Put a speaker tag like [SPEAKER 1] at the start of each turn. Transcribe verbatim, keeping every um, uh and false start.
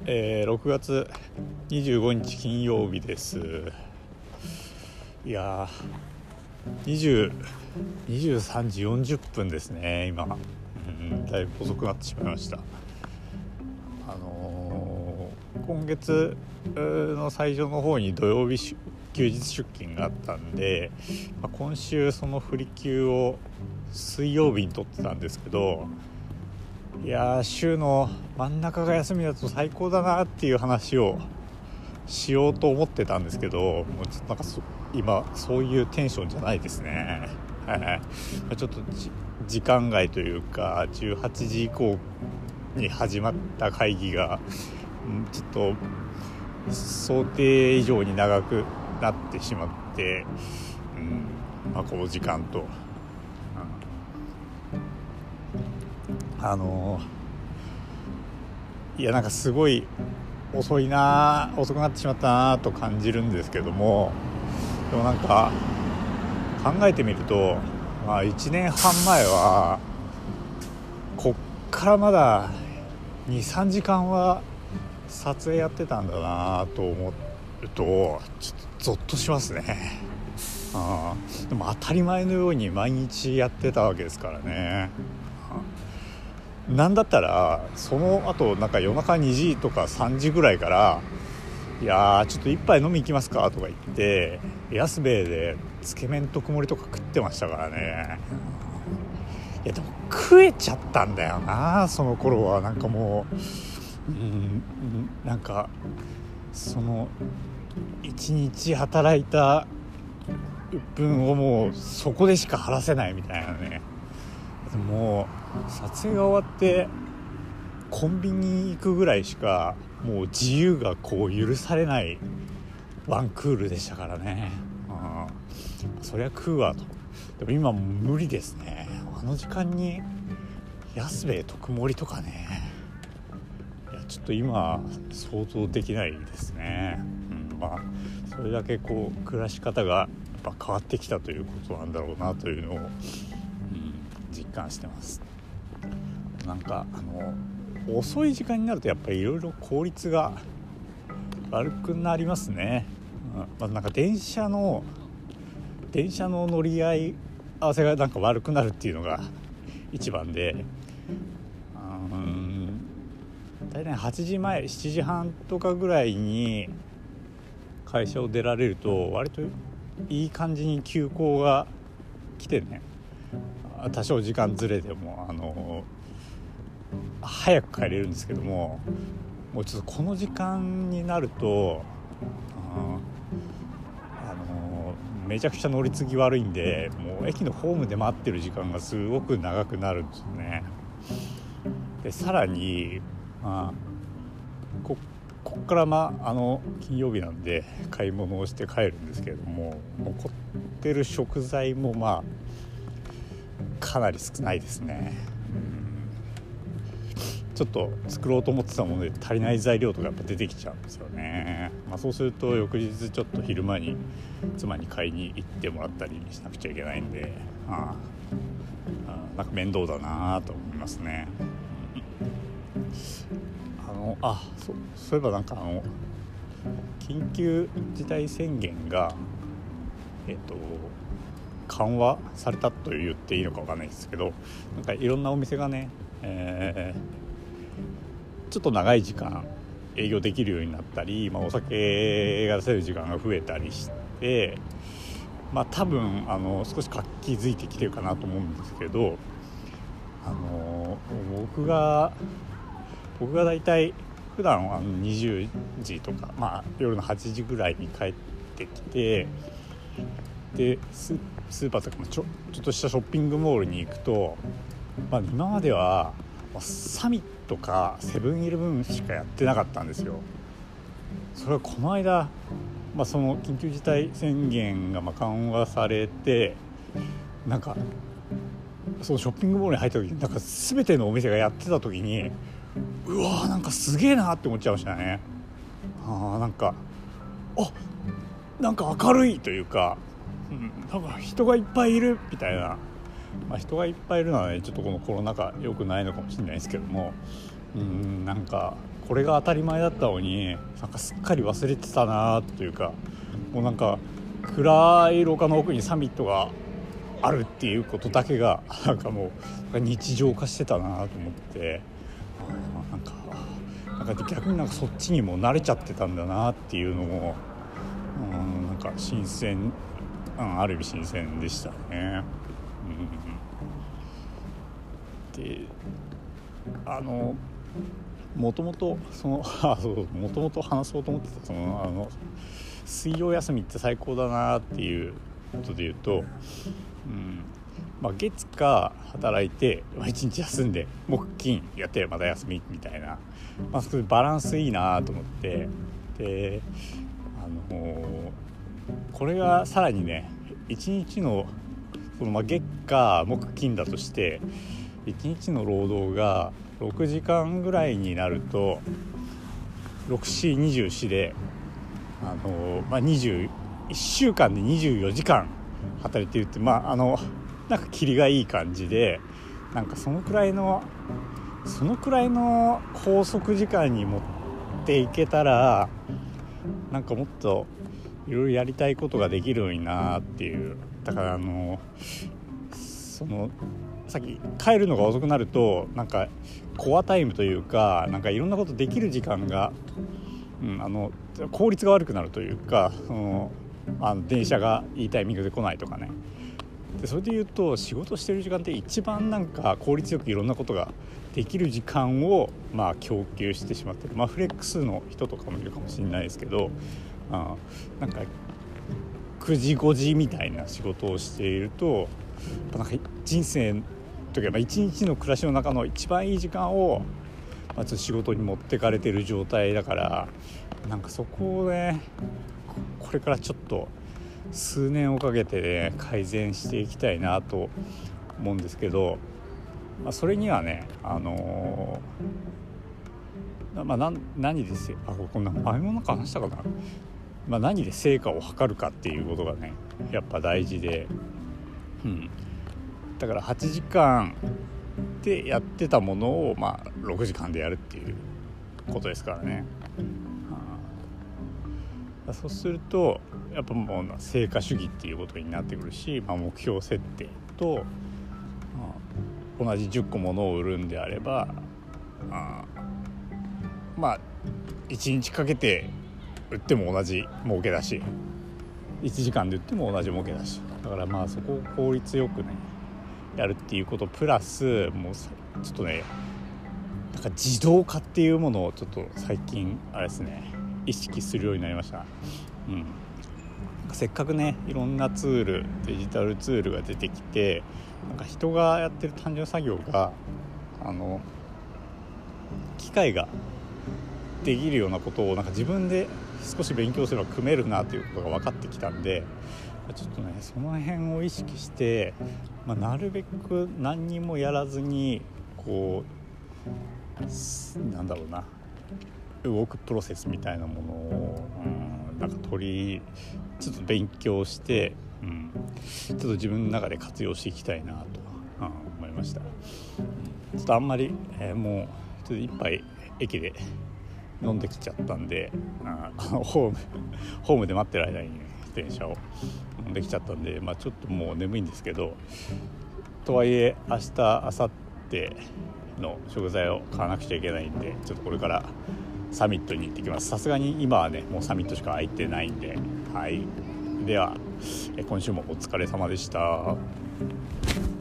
[SPEAKER 1] えー、ろくがつにじゅうごにち金曜日です。いやーにじゅうさんじよんじゅっぷんですね今、うん、だいぶ遅くなってしまいました。あのー、今月の最初の方に土曜日休日出勤があったんで、まあ、今週その振り休を水曜日に取ってたんですけど、いやー週の真ん中が休みだと最高だなっていう話をしようと思ってたんですけど、もうちょっとなんかそ今そういうテンションじゃないですね。はい、ちょっと時間外というかじゅうはちじ以降に始まった会議がちょっと想定以上に長くなってしまって、うんまあ、この時間と、うん、あのいやなんかすごい遅いな遅くなってしまったなと感じるんですけども、でもなんか考えてみると、まあ、いちねんはん前はこっからまだ にさんじかんは撮影やってたんだなと思うとちょっとゾッとしますね。あでも当たり前のように毎日やってたわけですからね。なんだったらその後なんか夜中にじとかさんじぐらいからいやーちょっと一杯飲み行きますかとか言って安兵衛でつけ麺と曇りとか食ってましたからね。いやでも食えちゃったんだよなその頃は。なんかもう、うん、なんかその一日働いた分をもうそこでしか晴らせないみたいなね。もう撮影が終わってコンビニ行くぐらいしかもう自由がこう許されないワンクールでしたからね。うん、そりゃ食うわと。でも今もう無理ですね。あの時間に安兵衛特盛りとかね、いやちょっと今想像できないですね。うん、まあそれだけこう暮らし方がやっぱ変わってきたということなんだろうなというのを、うん、実感してます。なんかあの遅い時間になるとやっぱりいろいろ効率が悪くなりますね。うんまあ、なんか電車の電車の乗り合い合わせがなんか悪くなるっていうのが一番で、うん大体はちじまえしちじはんとかぐらいに会社を出られると割といい感じに急行が来てね、多少時間ずれてもあの早く帰れるんですけども、もうちょっとこの時間になるとあのめちゃくちゃ乗り継ぎ悪いんで、もう駅のホームで待ってる時間がすごく長くなるんですよね。でさらに、まあ、こ, こっからまああの金曜日なんで買い物をして帰るんですけれども、残ってる食材もまあかなり少ないですね。ちょっと作ろうと思ってたもので足りない材料とかやっぱ出てきちゃうんですよね。まあ、そうすると翌日ちょっと昼間に妻に買いに行ってもらったりしなくちゃいけないんで、ああなんか面倒だなと思いますね。あのあ そ, そういえばなんかあの緊急事態宣言がえっと緩和されたと言っていいのか分かんないですけど、なんかいろんなお店がね、えーちょっと長い時間営業できるようになったり、まあ、お酒が出せる時間が増えたりして、まあ、多分あの少し活気づいてきてるかなと思うんですけど、あの僕が僕がだいたい普段あのにじゅうじとか、まあ、夜のはちじぐらいに帰ってきて、で ス, スーパーとかもちょ、ちょっとしたショッピングモールに行くと、まあ、今まではサミットとかセブンイレブンしかやってなかったんですよ。それはこの間、まあ、その緊急事態宣言がまあ緩和されて、なんかそのショッピングモールに入った時になんか全てのお店がやってた時に、うわーなんかすげえなって思っちゃいましたね。あなんかあなんか明るいというか、うん、なんか人がいっぱいいるみたいな。まあ、人がいっぱいいるのはねちょっとこのコロナ禍良くないのかもしれないですけども、うーんなんかこれが当たり前だったのになんかすっかり忘れてたなというか、もうなんか暗い廊下の奥にサミットがあるっていうことだけがなんかもう日常化してたなと思って、なんかなんか逆になんかそっちにも慣れちゃってたんだなっていうのも、うん、なんか新鮮、うん、ある意味新鮮でしたね。うん、であのもともとそのもともと話そうと思ってたそのあの水曜休みって最高だなっていうことで言うと、うんまあ、月火働いていちにち休んで木金やってまた休みみたいな、まあ、それバランスいいなと思って、で、あのー、これがさらにねいちにちのそのまあ月火木金だとしていちにちの労働がろくじかんぐらいになるとろく、し、にじゅうよんで、あのまあ、にじゅういっしゅうかんでにじゅうよじかん働いてるって、まああのなんかキリがいい感じで、なんかそのくらいのそのくらいの拘束時間に持っていけたらなんかもっといろいろやりたいことができるのになっていう。だからあのそのさっき帰るのが遅くなるとなんかコアタイムというか、なんかいろんなことできる時間が、うん、あの効率が悪くなるというか、そのあの電車がいいタイミングで来ないとかね。でそれで言うと仕事してる時間って一番なんか効率よくいろんなことができる時間をまあ供給してしまってる、まあ、フレックスの人とかもいるかもしれないですけど、あなんかくじごじみたいな仕事をしているとなんか人生というか一日の暮らしの中の一番いい時間を、まあ、ちょっと仕事に持ってかれてる状態だから、なんかそこをねこれからちょっと数年をかけて、ね、改善していきたいなと思うんですけど、まあ、それにはね、あのーまあ、何, 何でせあこんな前もなんか話したかな、まあ、何で成果を測るかっていうことがねやっぱ大事で、うん、だからはちじかんでやってたものを、まあ、ろくじかんでやるっていうことですからね。そうするとやっぱもう成果主義っていうことになってくるし、まあ、目標設定と、まあ、同じじゅっこものを売るんであれば、あまあいちにちかけて売っても同じ儲けだしいちじかんで売っても同じ儲けだし、だからまあそこを効率よくねやるっていうことプラスもうちょっとねなんか自動化っていうものをちょっと最近あれですね意識するようになりました。うん、せっかくねいろんなツールデジタルツールが出てきて、なんか人がやってる単純作業があの機械ができるようなことをなんか自分で少し勉強すれば組めるなということが分かってきたんで、ちょっとねその辺を意識して、まあ、なるべく何にもやらずにこうなんだろうな動くプロセスみたいなものを、うん、なんか取りちょっと勉強して、うん、ちょっと自分の中で活用していきたいなと、うん、思いました。ちょっとあんまり、えー、もうちょっと一杯駅で飲んできちゃったんで、あのホームホームで待ってる間に、ね、自転車を飲んできちゃったんで、まあ、ちょっともう眠いんですけど、とはいえ明日明後日の食材を買わなくちゃいけないんで、ちょっとこれからサミットに行ってきます。さすがに今はねもうサミットしか空いてないんで、はい、では今週もお疲れ様でした。